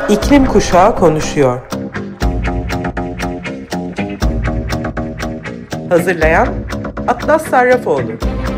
İklim Kuşağı konuşuyor. Hazırlayan Atlas Sarrafoğlu.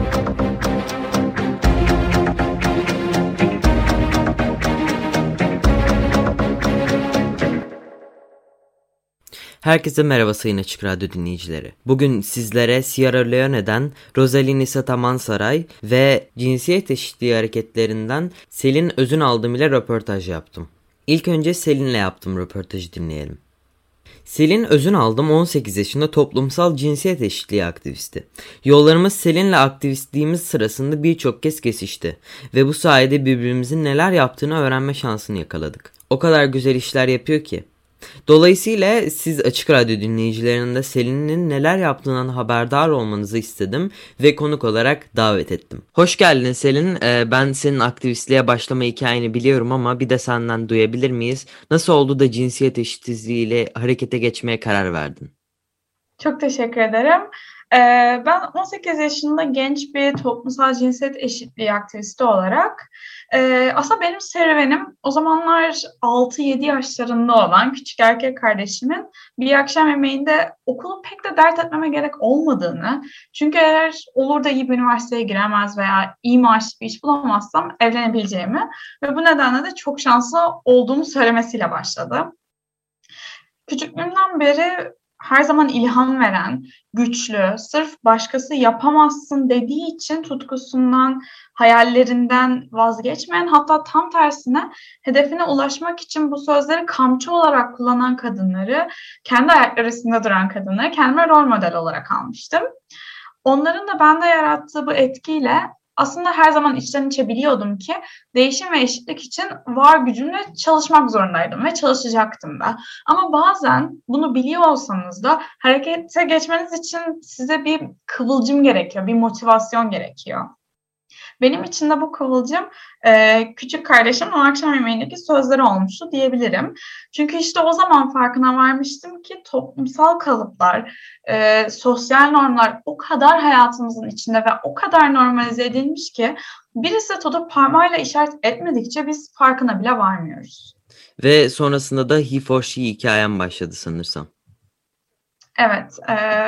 Herkese merhaba sayın Açık Radyo dinleyicileri. Bugün sizlere Sierra Leone'den Rosalie Nisa Tamansaray ve cinsiyet eşitliği hareketlerinden Selin Özünaldım ile röportaj yaptım. İlk önce Selin'le yaptığım röportajı dinleyelim. Selin Özünaldım 18 yaşında toplumsal cinsiyet eşitliği aktivisti. Yollarımız Selin'le aktivistliğimiz sırasında birçok kez kesişti ve bu sayede birbirimizin neler yaptığını öğrenme şansını yakaladık. O kadar güzel işler yapıyor ki. Dolayısıyla siz Açık Radyo dinleyicilerinin de Selin'in neler yaptığından haberdar olmanızı istedim ve konuk olarak davet ettim. Hoş geldin Selin. Ben senin aktivistliğe başlama hikayeni biliyorum ama bir de senden duyabilir miyiz? Nasıl oldu da cinsiyet eşitsizliğiyle harekete geçmeye karar verdin? Çok teşekkür ederim. Ben 18 yaşında genç bir toplumsal cinsiyet eşitliği aktivisti olarak aslında benim serüvenim o zamanlar 6-7 yaşlarında olan küçük erkek kardeşimin bir akşam yemeğinde okulu pek de dert etmeme gerek olmadığını, çünkü eğer olur da iyi bir üniversiteye giremez veya iyi maaşlı bir iş bulamazsam evlenebileceğimi ve bu nedenle de çok şanslı olduğumu söylemesiyle başladı. Küçüklüğümden beri her zaman ilham veren, güçlü, sırf başkası yapamazsın dediği için tutkusundan, hayallerinden vazgeçmeyen, hatta tam tersine hedefine ulaşmak için bu sözleri kamçı olarak kullanan kadınları, kendi ayakları üstünde duran kadınları kendime rol model olarak almıştım. Onların da bende yarattığı bu etkiyle aslında her zaman içten içe biliyordum ki değişim ve eşitlik için var gücümle çalışmak zorundaydım ve çalışacaktım da. Ama bazen bunu biliyor olsanız da harekete geçmeniz için size bir kıvılcım gerekiyor, bir motivasyon gerekiyor. Benim için de bu kıvılcım küçük kardeşimin o akşam yemeğindeki sözleri olmuştu diyebilirim. Çünkü işte o zaman farkına varmıştım ki toplumsal kalıplar, sosyal normlar o kadar hayatımızın içinde ve o kadar normalize edilmiş ki birisi tutup parmağıyla işaret etmedikçe biz farkına bile varmıyoruz. Ve sonrasında da He for She hikayem başladı sanırsam. Evet,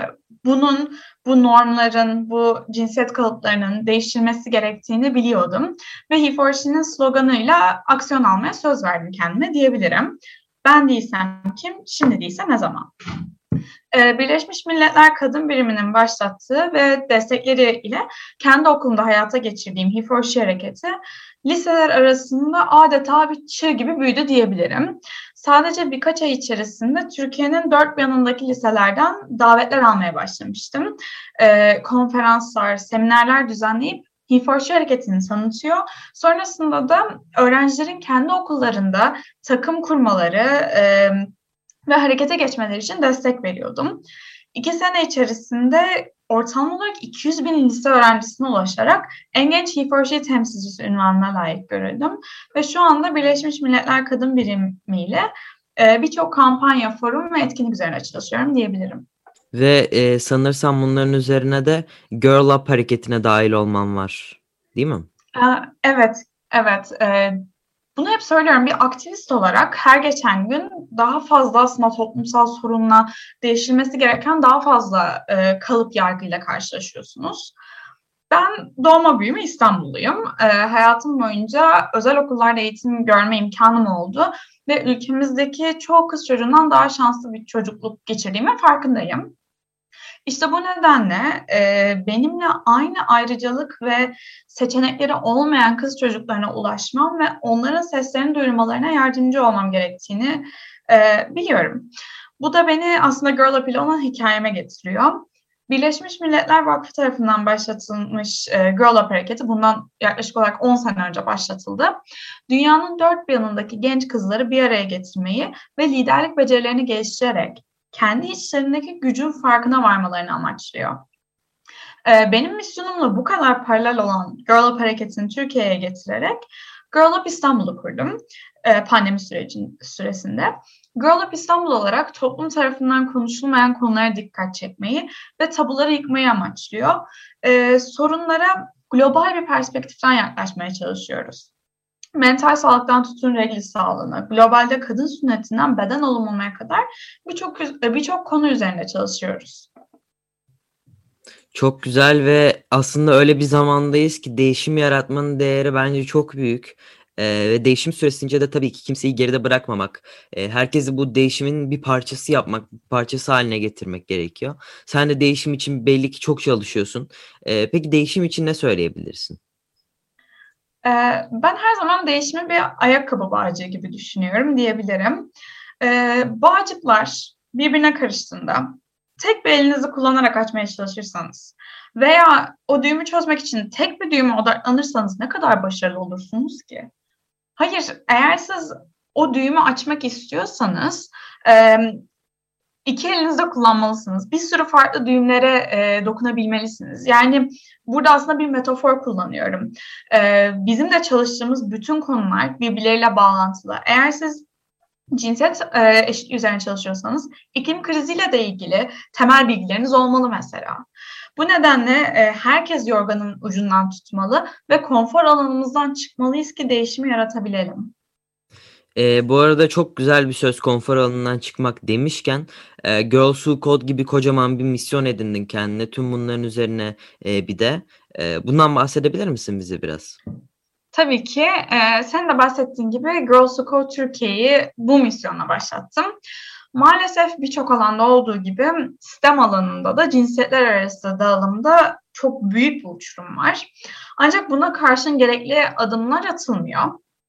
bu normların, bu cinsiyet kalıplarının değiştirilmesi gerektiğini biliyordum. Ve He for She'nin sloganıyla aksiyon almaya söz verdim kendime diyebilirim. Ben değilsem kim, şimdi değilse ne zaman? Birleşmiş Milletler Kadın Biriminin başlattığı ve destekleri ile kendi okulumda hayata geçirdiğim He for She hareketi liseler arasında adeta bir çığ gibi büyüdü diyebilirim. Sadece birkaç ay içerisinde Türkiye'nin dört bir yanındaki liselerden davetler almaya başlamıştım. Konferanslar, seminerler düzenleyip He for She hareketini tanıtıyor. Sonrasında da öğrencilerin kendi okullarında takım kurmaları ve harekete geçmeleri için destek veriyordum. 2 sene içerisinde ortalama olarak 200 bin lise öğrencisine ulaşarak en genç He for She temsilcisi unvanına layık görüldüm. Ve şu anda Birleşmiş Milletler Kadın Birimi ile birçok kampanya, forum ve etkinlik üzerine çalışıyorum diyebilirim. Ve sanırsam bunların üzerine de Girl Up hareketine dahil olman var, değil mi? Evet. Bunu hep söylüyorum, bir aktivist olarak her geçen gün daha fazla aslında toplumsal sorunla değişilmesi gereken daha fazla kalıp yargıyla karşılaşıyorsunuz. Ben doğma büyüme İstanbulluyum. Hayatım boyunca özel okullarda eğitim görme imkanım oldu ve ülkemizdeki çoğu kız çocuğundan daha şanslı bir çocukluk geçirdiğimin farkındayım. İşte bu nedenle benimle aynı ayrıcalık ve seçenekleri olmayan kız çocuklarına ulaşmam ve onların seslerini duyurmalarına yardımcı olmam gerektiğini biliyorum. Bu da beni aslında Girl Up ile olan hikayeme getiriyor. Birleşmiş Milletler Vakfı tarafından başlatılmış Girl Up hareketi bundan yaklaşık olarak 10 sene önce başlatıldı. Dünyanın dört bir yanındaki genç kızları bir araya getirmeyi ve liderlik becerilerini geliştirerek kendi içlerindeki gücün farkına varmalarını amaçlıyor. Benim misyonumla bu kadar paralel olan Girl Up hareketini Türkiye'ye getirerek Girl Up İstanbul'u kurdum pandemi süresinde. Girl Up İstanbul olarak toplum tarafından konuşulmayan konulara dikkat çekmeyi ve tabuları yıkmayı amaçlıyor. Sorunlara global bir perspektiften yaklaşmaya çalışıyoruz. mental sağlıktan tutun regl sağlığına, globalde kadın sünnetinden beden olumlamaya kadar birçok konu üzerinde çalışıyoruz. Çok güzel ve aslında öyle bir zamandayız ki değişim yaratmanın değeri bence çok büyük. Ve değişim süresince de tabii ki kimseyi geride bırakmamak, herkesi bu değişimin bir parçası yapmak, bir parçası haline getirmek gerekiyor. Sen de değişim için belli ki çok çalışıyorsun. Peki değişim için ne söyleyebilirsin? Ben her zaman değişimi bir ayakkabı bağcığı gibi düşünüyorum diyebilirim. Bağcıklar birbirine karıştığında tek bir elinizi kullanarak açmaya çalışırsanız veya o düğümü çözmek için tek bir düğüme odaklanırsanız ne kadar başarılı olursunuz ki? Hayır, eğer siz o düğümü açmak istiyorsanız iki elinizde kullanmalısınız. Bir sürü farklı düğümlere dokunabilmelisiniz. Yani burada aslında bir metafor kullanıyorum. Bizim de çalıştığımız bütün konular birbirleriyle bağlantılı. Eğer siz cinsiyet eşitliği üzerine çalışıyorsanız iklim kriziyle de ilgili temel bilgileriniz olmalı mesela. Bu nedenle herkes yorganın ucundan tutmalı ve konfor alanımızdan çıkmalıyız ki değişimi yaratabilelim. Bu arada çok güzel bir söz konfor alanından çıkmak demişken Girls Who Code gibi kocaman bir misyon edindin kendine. Tüm bunların üzerine bir de bundan bahsedebilir misin bize biraz? Tabii ki senin de bahsettiğin gibi Girls Who Code Türkiye'yi bu misyonla başlattım. Maalesef birçok alanda olduğu gibi STEM alanında da cinsiyetler arası dağılımda çok büyük bir uçurum var. Ancak buna karşın gerekli adımlar atılmıyor.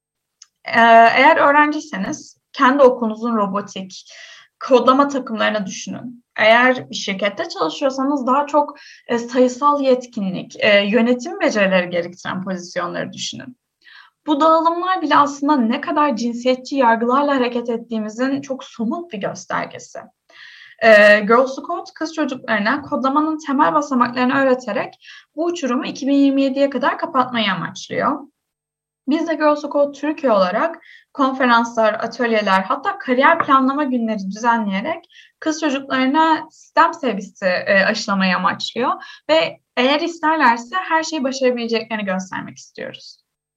Eğer öğrenciyseniz kendi okulunuzun robotik, kodlama takımlarını düşünün. Eğer bir şirkette çalışıyorsanız daha çok sayısal yetkinlik, yönetim becerileri gerektiren pozisyonları düşünün. Bu dağılımlar bile aslında ne kadar cinsiyetçi yargılarla hareket ettiğimizin çok somut bir göstergesi. Girls Who Code kız çocuklarına kodlamanın temel basamaklarını öğreterek bu uçurumu 2027'ye kadar kapatmayı amaçlıyor. Biz de Girls Who Code Türkiye olarak konferanslar, atölyeler, hatta kariyer planlama günleri düzenleyerek kız çocuklarına STEM sevgisi aşılamayı amaçlıyor. Ve eğer isterlerse her şeyi başarabileceklerini göstermek istiyoruz.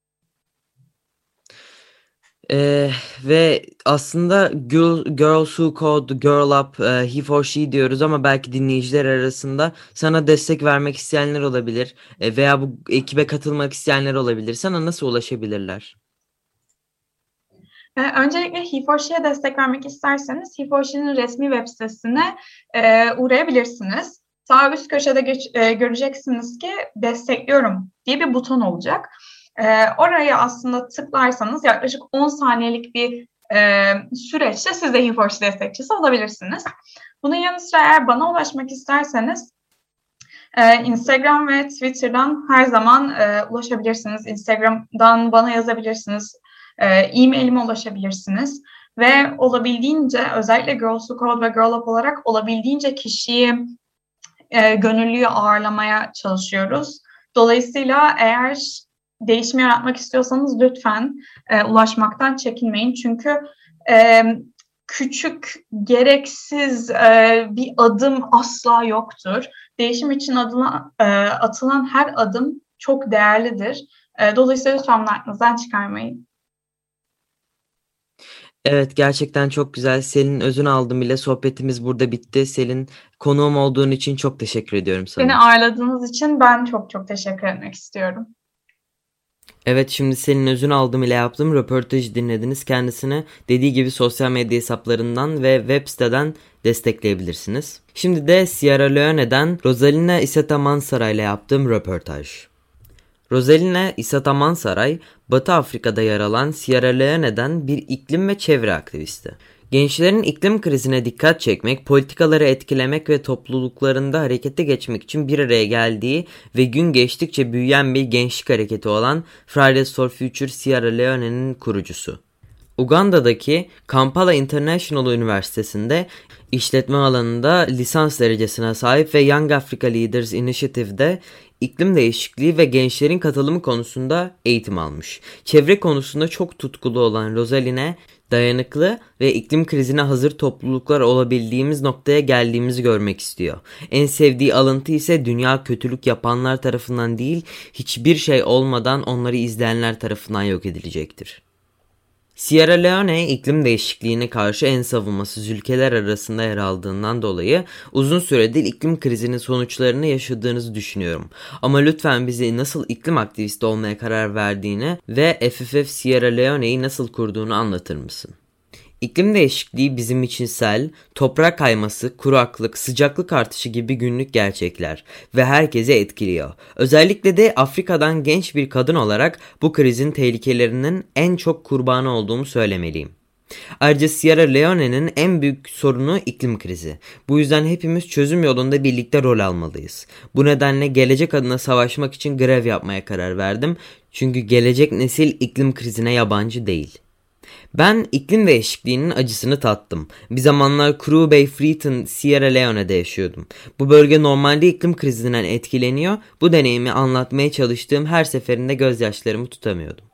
Ve aslında Girls Who Code, Girl Up, He for She diyoruz ama belki dinleyiciler arasında sana destek vermek isteyenler olabilir veya bu ekibe katılmak isteyenler olabilir. Sana nasıl ulaşabilirler? Öncelikle He4She'ye destek vermek isterseniz He4She'nin resmi web sitesine uğrayabilirsiniz. Sağ üst köşede göreceksiniz ki destekliyorum diye bir buton olacak. Oraya aslında tıklarsanız yaklaşık 10 saniyelik bir süreçte siz de He4She destekçisi olabilirsiniz. Bunun yanı sıra eğer bana ulaşmak isterseniz Instagram ve Twitter'dan her zaman ulaşabilirsiniz. Instagram'dan bana yazabilirsiniz. E-mailime ulaşabilirsiniz. Ve olabildiğince özellikle Girls Who Code ve Girl Up olarak olabildiğince kişiyi gönüllüyü ağırlamaya çalışıyoruz. Dolayısıyla eğer değişim yaratmak istiyorsanız lütfen ulaşmaktan çekinmeyin. Çünkü küçük, gereksiz bir adım asla yoktur. Değişim için atılan her adım çok değerlidir. Dolayısıyla lütfen bunu aklınızdan çıkarmayın. Evet, gerçekten çok güzel. Selin özün aldım bile. Sohbetimiz burada bitti. Selin, konuğum olduğun için çok teşekkür ediyorum sana. Beni ağırladığınız için ben çok çok teşekkür etmek istiyorum. Evet, şimdi Selin özün aldım ile yaptığım röportajı dinlediniz. Kendisini dediği gibi sosyal medya hesaplarından ve web siteden destekleyebilirsiniz. Şimdi de Sierra Leone'den Rosalina Isata-Mansara ile yaptığım röportaj. Rosalina Isata-Mansara, Batı Afrika'da yer alan Sierra Leone'den bir iklim ve çevre aktivisti. Gençlerin iklim krizine dikkat çekmek, politikaları etkilemek ve topluluklarında harekete geçmek için bir araya geldiği ve gün geçtikçe büyüyen bir gençlik hareketi olan Fridays for Future Sierra Leone'nin kurucusu. Uganda'daki Kampala International Üniversitesi'nde işletme alanında lisans derecesine sahip ve Young Africa Leaders Initiative'de iklim değişikliği ve gençlerin katılımı konusunda eğitim almış. Çevre konusunda çok tutkulu olan Rosaline, Dayanıklı ve iklim krizine hazır topluluklar olabildiğimiz noktaya geldiğimizi görmek istiyor. En sevdiği alıntı ise dünya kötülük yapanlar tarafından değil, hiçbir şey olmadan onları izleyenler tarafından yok edilecektir. Sierra Leone iklim değişikliğine karşı en savunmasız ülkeler arasında yer aldığından dolayı uzun süredir iklim krizinin sonuçlarını yaşadığınızı düşünüyorum. Ama lütfen bize nasıl iklim aktivisti olmaya karar verdiğini ve FFF Sierra Leone'yi nasıl kurduğunu anlatır mısın? İklim değişikliği bizim için sel, toprak kayması, kuraklık, sıcaklık artışı gibi günlük gerçekler ve herkese etkiliyor. Özellikle de Afrika'dan genç bir kadın olarak bu krizin tehlikelerinin en çok kurbanı olduğumu söylemeliyim. Ayrıca Sierra Leone'nin en büyük sorunu iklim krizi. Bu yüzden hepimiz çözüm yolunda birlikte rol almalıyız. Bu nedenle gelecek adına savaşmak için grev yapmaya karar verdim. Çünkü gelecek nesil iklim krizine yabancı değil. Ben iklim değişikliğinin acısını tattım. Bir zamanlar Crew Bay Freeton, Sierra Leone'de yaşıyordum. Bu bölge normalde iklim krizinden etkileniyor. Bu deneyimi anlatmaya çalıştığım her seferinde gözyaşlarımı tutamıyordum.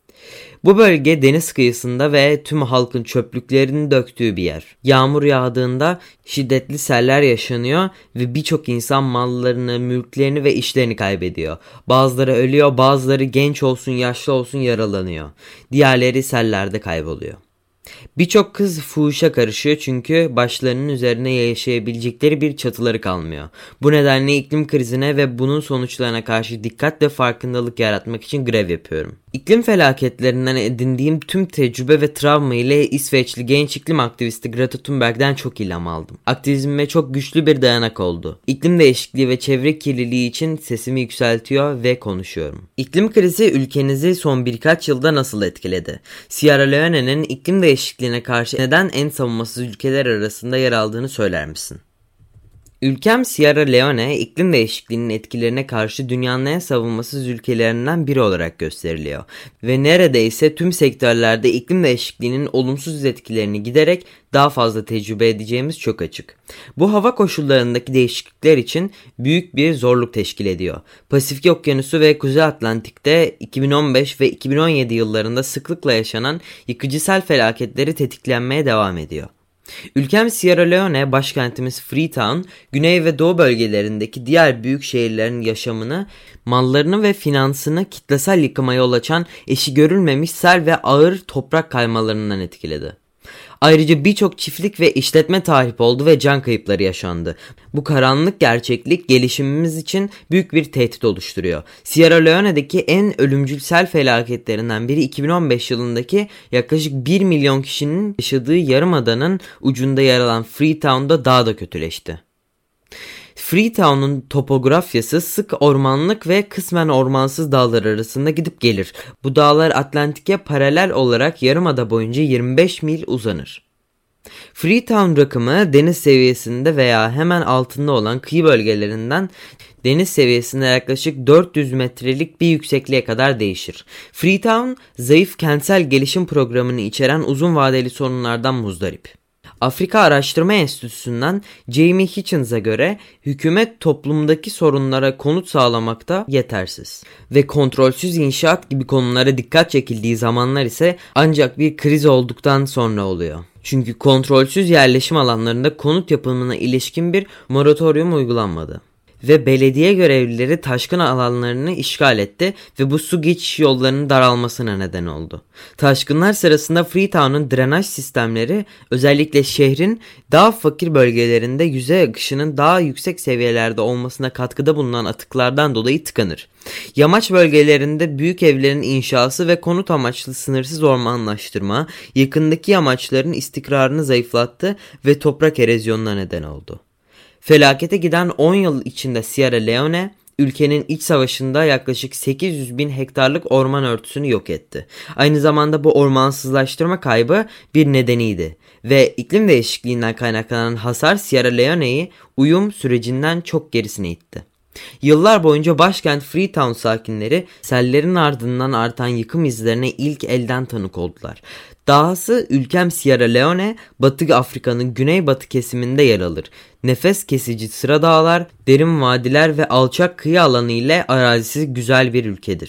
Bu bölge deniz kıyısında ve tüm halkın çöplüklerini döktüğü bir yer. Yağmur yağdığında şiddetli seller yaşanıyor ve birçok insan mallarını, mülklerini ve işlerini kaybediyor. Bazıları ölüyor, bazıları genç olsun, yaşlı olsun yaralanıyor. Diğerleri sellerde kayboluyor. Birçok kız fuhuşa karışıyor çünkü başlarının üzerine yaşayabilecekleri bir çatıları kalmıyor. Bu nedenle iklim krizine ve bunun sonuçlarına karşı dikkat ve farkındalık yaratmak için grev yapıyorum. İklim felaketlerinden edindiğim tüm tecrübe ve travma ile İsveçli genç iklim aktivisti Greta Thunberg'den çok ilham aldım. Aktivizmime çok güçlü bir dayanak oldu. İklim değişikliği ve çevre kirliliği için sesimi yükseltiyor ve konuşuyorum. İklim krizi ülkenizi son birkaç yılda nasıl etkiledi? Sierra Leone'nin iklim değişikliğine karşı neden en savunmasız ülkeler arasında yer aldığını söyler misin? Ülkem Sierra Leone iklim değişikliğinin etkilerine karşı dünyanın en savunmasız ülkelerinden biri olarak gösteriliyor ve neredeyse tüm sektörlerde iklim değişikliğinin olumsuz etkilerini giderek daha fazla tecrübe edeceğimiz çok açık. Bu hava koşullarındaki değişiklikler için büyük bir zorluk teşkil ediyor. Pasifik Okyanusu ve Kuzey Atlantik'te 2015 ve 2017 yıllarında sıklıkla yaşanan yıkıcı sel felaketleri tetiklenmeye devam ediyor. Ülkem Sierra Leone, başkentimiz Freetown, güney ve doğu bölgelerindeki diğer büyük şehirlerin yaşamını, mallarını ve finansını kitlesel yıkıma yol açan eşi görülmemiş sel ve ağır toprak kaymalarından etkiledi. Ayrıca birçok çiftlik ve işletme tahrip oldu ve can kayıpları yaşandı. Bu karanlık gerçeklik gelişimimiz için büyük bir tehdit oluşturuyor. Sierra Leone'deki en ölümcül sel felaketlerinden biri 2015 yılındaki yaklaşık 1 milyon kişinin yaşadığı yarımadanın ucunda yer alan Freetown'da daha da kötüleşti. Freetown'un topografyası sık ormanlık ve kısmen ormansız dağlar arasında gidip gelir. Bu dağlar Atlantik'e paralel olarak yarımada boyunca 25 mil uzanır. Freetown rakımı deniz seviyesinde veya hemen altında olan kıyı bölgelerinden deniz seviyesinde yaklaşık 400 metrelik bir yüksekliğe kadar değişir. Freetown, zayıf kentsel gelişim programını içeren uzun vadeli sorunlardan muzdarip. Afrika Araştırma Enstitüsü'nden Jamie Hitchens'a göre hükümet toplumdaki sorunlara konut sağlamakta yetersiz ve kontrolsüz inşaat gibi konulara dikkat çekildiği zamanlar ise ancak bir kriz olduktan sonra oluyor. Çünkü kontrolsüz yerleşim alanlarında konut yapımına ilişkin bir moratorium uygulanmadı. Ve belediye görevlileri taşkın alanlarını işgal etti ve bu su geçiş yollarının daralmasına neden oldu. Taşkınlar sırasında Freetown'un drenaj sistemleri özellikle şehrin daha fakir bölgelerinde yüzey akışının daha yüksek seviyelerde olmasına katkıda bulunan atıklardan dolayı tıkanır. Yamaç bölgelerinde büyük evlerin inşası ve konut amaçlı sınırsız ormanlaştırma yakındaki yamaçların istikrarını zayıflattı ve toprak erozyonuna neden oldu. Felakete giden 10 yıl içinde Sierra Leone, ülkenin iç savaşında yaklaşık 800 bin hektarlık orman örtüsünü yok etti. Aynı zamanda bu ormansızlaştırma kaybı bir nedeniydi ve iklim değişikliğinden kaynaklanan hasar Sierra Leone'yi uyum sürecinden çok gerisine itti. Yıllar boyunca başkent Freetown sakinleri sellerin ardından artan yıkım izlerine ilk elden tanık oldular. Dahası ülkem Sierra Leone, Batı Afrika'nın güneybatı kesiminde yer alır. Nefes kesici sıra dağlar, derin vadiler ve alçak kıyı alanı ile arazisi güzel bir ülkedir.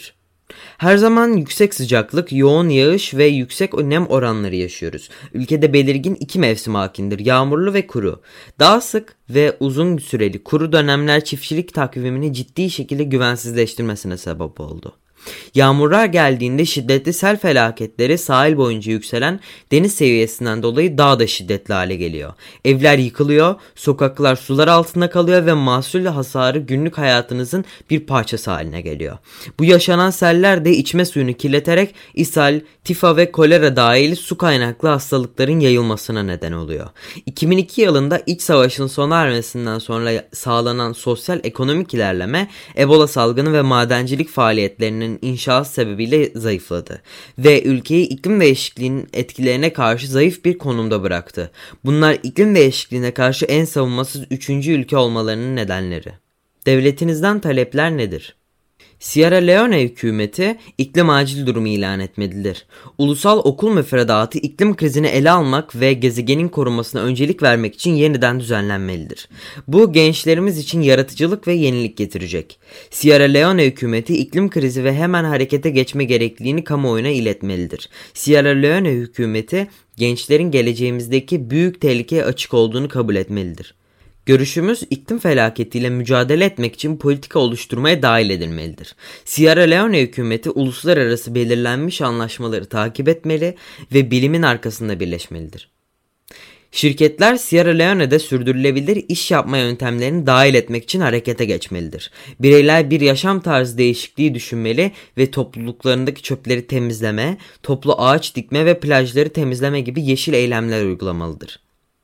Her zaman yüksek sıcaklık, yoğun yağış ve yüksek nem oranları yaşıyoruz. Ülkede belirgin iki mevsim hakimdir: yağmurlu ve kuru. Daha sık ve uzun süreli kuru dönemler çiftçilik takvimini ciddi şekilde güvensizleştirmesine sebep oldu. Yağmurlar geldiğinde şiddetli sel felaketleri sahil boyunca yükselen deniz seviyesinden dolayı daha da şiddetli hale geliyor. Evler yıkılıyor, sokaklar sular altında kalıyor ve mahsul hasarı günlük hayatınızın bir parçası haline geliyor. Bu yaşanan seller de içme suyunu kirleterek ishal, tifa ve kolera dahil su kaynaklı hastalıkların yayılmasına neden oluyor. 2002 yılında iç savaşın sona ermesinden sonra sağlanan sosyal ekonomik ilerleme, Ebola salgını ve madencilik faaliyetlerinin inşası sebebiyle zayıfladı ve ülkeyi iklim değişikliğinin etkilerine karşı zayıf bir konumda bıraktı. Bunlar iklim değişikliğine karşı en savunmasız 3. ülke olmalarının nedenleri. Devletinizden talepler nedir? Sierra Leone hükümeti iklim acil durumu ilan etmelidir. Ulusal okul müfredatı iklim krizini ele almak ve gezegenin korunmasına öncelik vermek için yeniden düzenlenmelidir. Bu gençlerimiz için yaratıcılık ve yenilik getirecek. Sierra Leone hükümeti iklim krizi ve hemen harekete geçme gerekliliğini kamuoyuna iletmelidir. Sierra Leone hükümeti gençlerin geleceğimizdeki büyük tehlikeye açık olduğunu kabul etmelidir. Görüşümüz iklim felaketiyle mücadele etmek için politika oluşturmaya dahil edilmelidir. Sierra Leone hükümeti uluslararası belirlenmiş anlaşmaları takip etmeli ve bilimin arkasında birleşmelidir. Şirketler Sierra Leone'de sürdürülebilir iş yapma yöntemlerini dahil etmek için harekete geçmelidir. Bireyler bir yaşam tarzı değişikliği düşünmeli ve topluluklarındaki çöpleri temizleme, toplu ağaç dikme ve plajları temizleme gibi yeşil eylemler uygulamalıdır.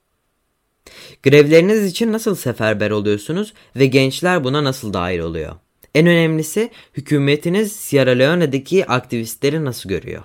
Grevleriniz için nasıl seferber oluyorsunuz ve gençler buna nasıl dahil oluyor? En önemlisi, hükümetiniz Sierra Leone'deki aktivistleri nasıl görüyor?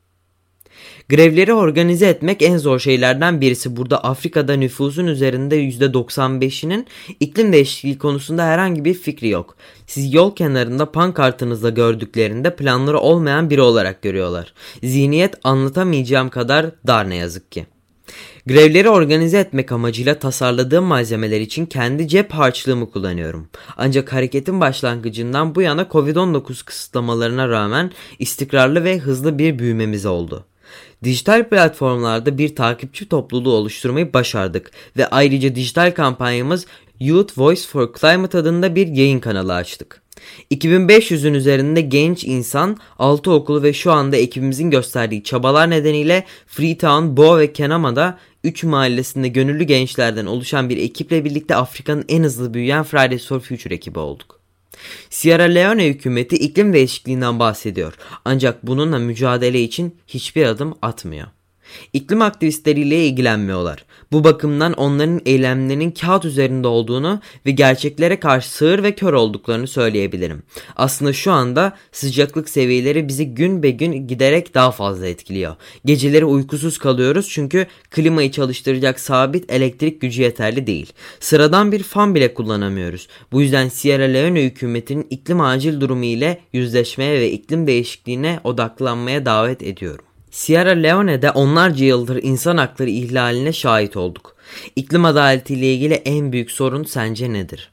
Grevleri organize etmek en zor şeylerden birisi. Burada Afrika'da nüfusun üzerinde %95'inin iklim değişikliği konusunda herhangi bir fikri yok. Siz yol kenarında pankartınızla gördüklerinde planları olmayan biri olarak görüyorlar. Zihniyet anlatamayacağım kadar dar ne yazık ki. Grevleri organize etmek amacıyla tasarladığım malzemeler için kendi cep harçlığımı kullanıyorum. Ancak hareketin başlangıcından bu yana Covid-19 kısıtlamalarına rağmen istikrarlı ve hızlı bir büyümemiz oldu. Dijital platformlarda bir takipçi topluluğu oluşturmayı başardık ve ayrıca dijital kampanyamız Youth Voice for Climate adında bir yayın kanalı açtık. 2500'ün üzerinde genç insan, 6 okulu ve şu anda ekibimizin gösterdiği çabalar nedeniyle Freetown, Bo ve Kenama'da 3 mahallesinde gönüllü gençlerden oluşan bir ekiple birlikte Afrika'nın en hızlı büyüyen Fridays for Future ekibi olduk. Sierra Leone hükümeti iklim değişikliğinden bahsediyor ancak bununla mücadele için hiçbir adım atmıyor. İklim aktivistleriyle ilgilenmiyorlar. Bu bakımdan onların eylemlerinin kağıt üzerinde olduğunu ve gerçeklere karşı sığır ve kör olduklarını söyleyebilirim. Aslında şu anda sıcaklık seviyeleri bizi gün be gün giderek daha fazla etkiliyor. Geceleri uykusuz kalıyoruz çünkü klimayı çalıştıracak sabit elektrik gücü yeterli değil. Sıradan bir fan bile kullanamıyoruz. Bu yüzden Sierra Leone hükümetinin iklim acil durumu ile yüzleşmeye ve iklim değişikliğine odaklanmaya davet ediyorum. Sierra Leone'de onlarca yıldır insan hakları ihlaline şahit olduk. İklim adaletiyle ilgili en büyük sorun sence nedir?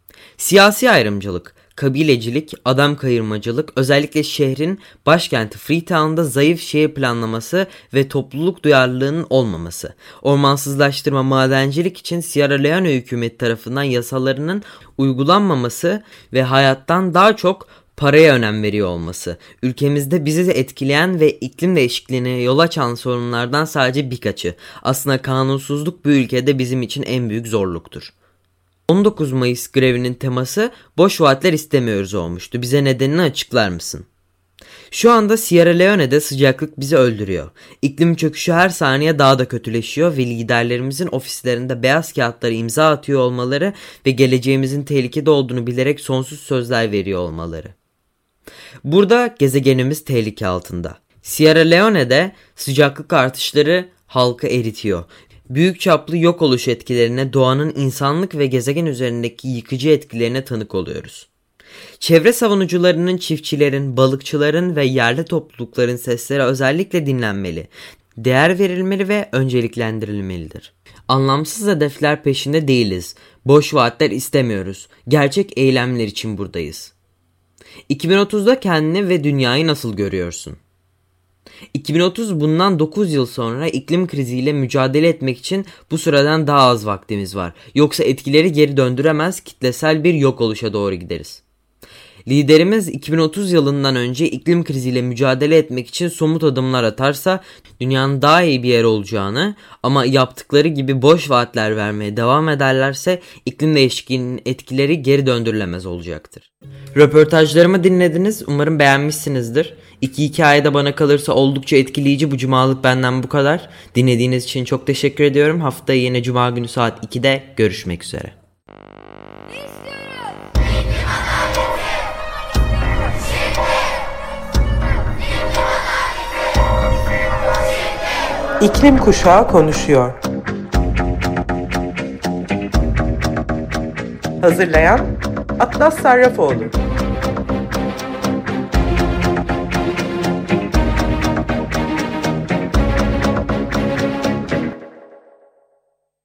Siyasi ayrımcılık, kabilecilik, adam kayırmacılık, özellikle şehrin başkenti Freetown'da zayıf şehir planlaması ve topluluk duyarlılığının olmaması, ormansızlaştırma, madencilik için Sierra Leone hükümeti tarafından yasalarının uygulanmaması ve hayattan daha çok paraya önem veriyor olması, ülkemizde bizi etkileyen ve iklim değişikliğine yol açan sorunlardan sadece birkaçı. Aslında kanunsuzluk bu ülkede bizim için en büyük zorluktur. 19 Mayıs grevinin teması boş vaatler istemiyoruz olmuştu. Bize nedenini açıklar mısın? Şu anda Sierra Leone'de sıcaklık bizi öldürüyor. İklim çöküşü her saniye daha da kötüleşiyor ve liderlerimizin ofislerinde beyaz kağıtlara imza atıyor olmaları ve geleceğimizin tehlikede olduğunu bilerek sonsuz sözler veriyor olmaları. Burada gezegenimiz tehlike altında. Sierra Leone'de sıcaklık artışları halkı eritiyor. Büyük çaplı yok oluş etkilerine, doğanın insanlık ve gezegen üzerindeki yıkıcı etkilerine tanık oluyoruz. Çevre savunucularının, çiftçilerin, balıkçıların ve yerli toplulukların sesleri özellikle dinlenmeli, değer verilmeli ve önceliklendirilmelidir. Anlamsız hedefler peşinde değiliz. Boş vaatler istemiyoruz. Gerçek eylemler için buradayız. 2030'da kendini ve dünyayı nasıl görüyorsun? 2030 bundan 9 yıl sonra iklim kriziyle mücadele etmek için bu süreden daha az vaktimiz var. Yoksa etkileri geri döndüremez, kitlesel bir yok oluşa doğru gideriz. Liderimiz 2030 yılından önce iklim kriziyle mücadele etmek için somut adımlar atarsa dünyanın daha iyi bir yer olacağını, ama yaptıkları gibi boş vaatler vermeye devam ederlerse iklim değişikliğinin etkileri geri döndürülemez olacaktır. Röportajlarımı dinlediniz. Umarım beğenmişsinizdir. İki hikayede bana kalırsa oldukça etkileyici. Bu cumalık benden bu kadar. Dinlediğiniz için çok teşekkür ediyorum. Haftaya yine cuma günü saat 2'de görüşmek üzere. İklim Kuşağı konuşuyor. Hazırlayan Atlas Sarrafoğlu.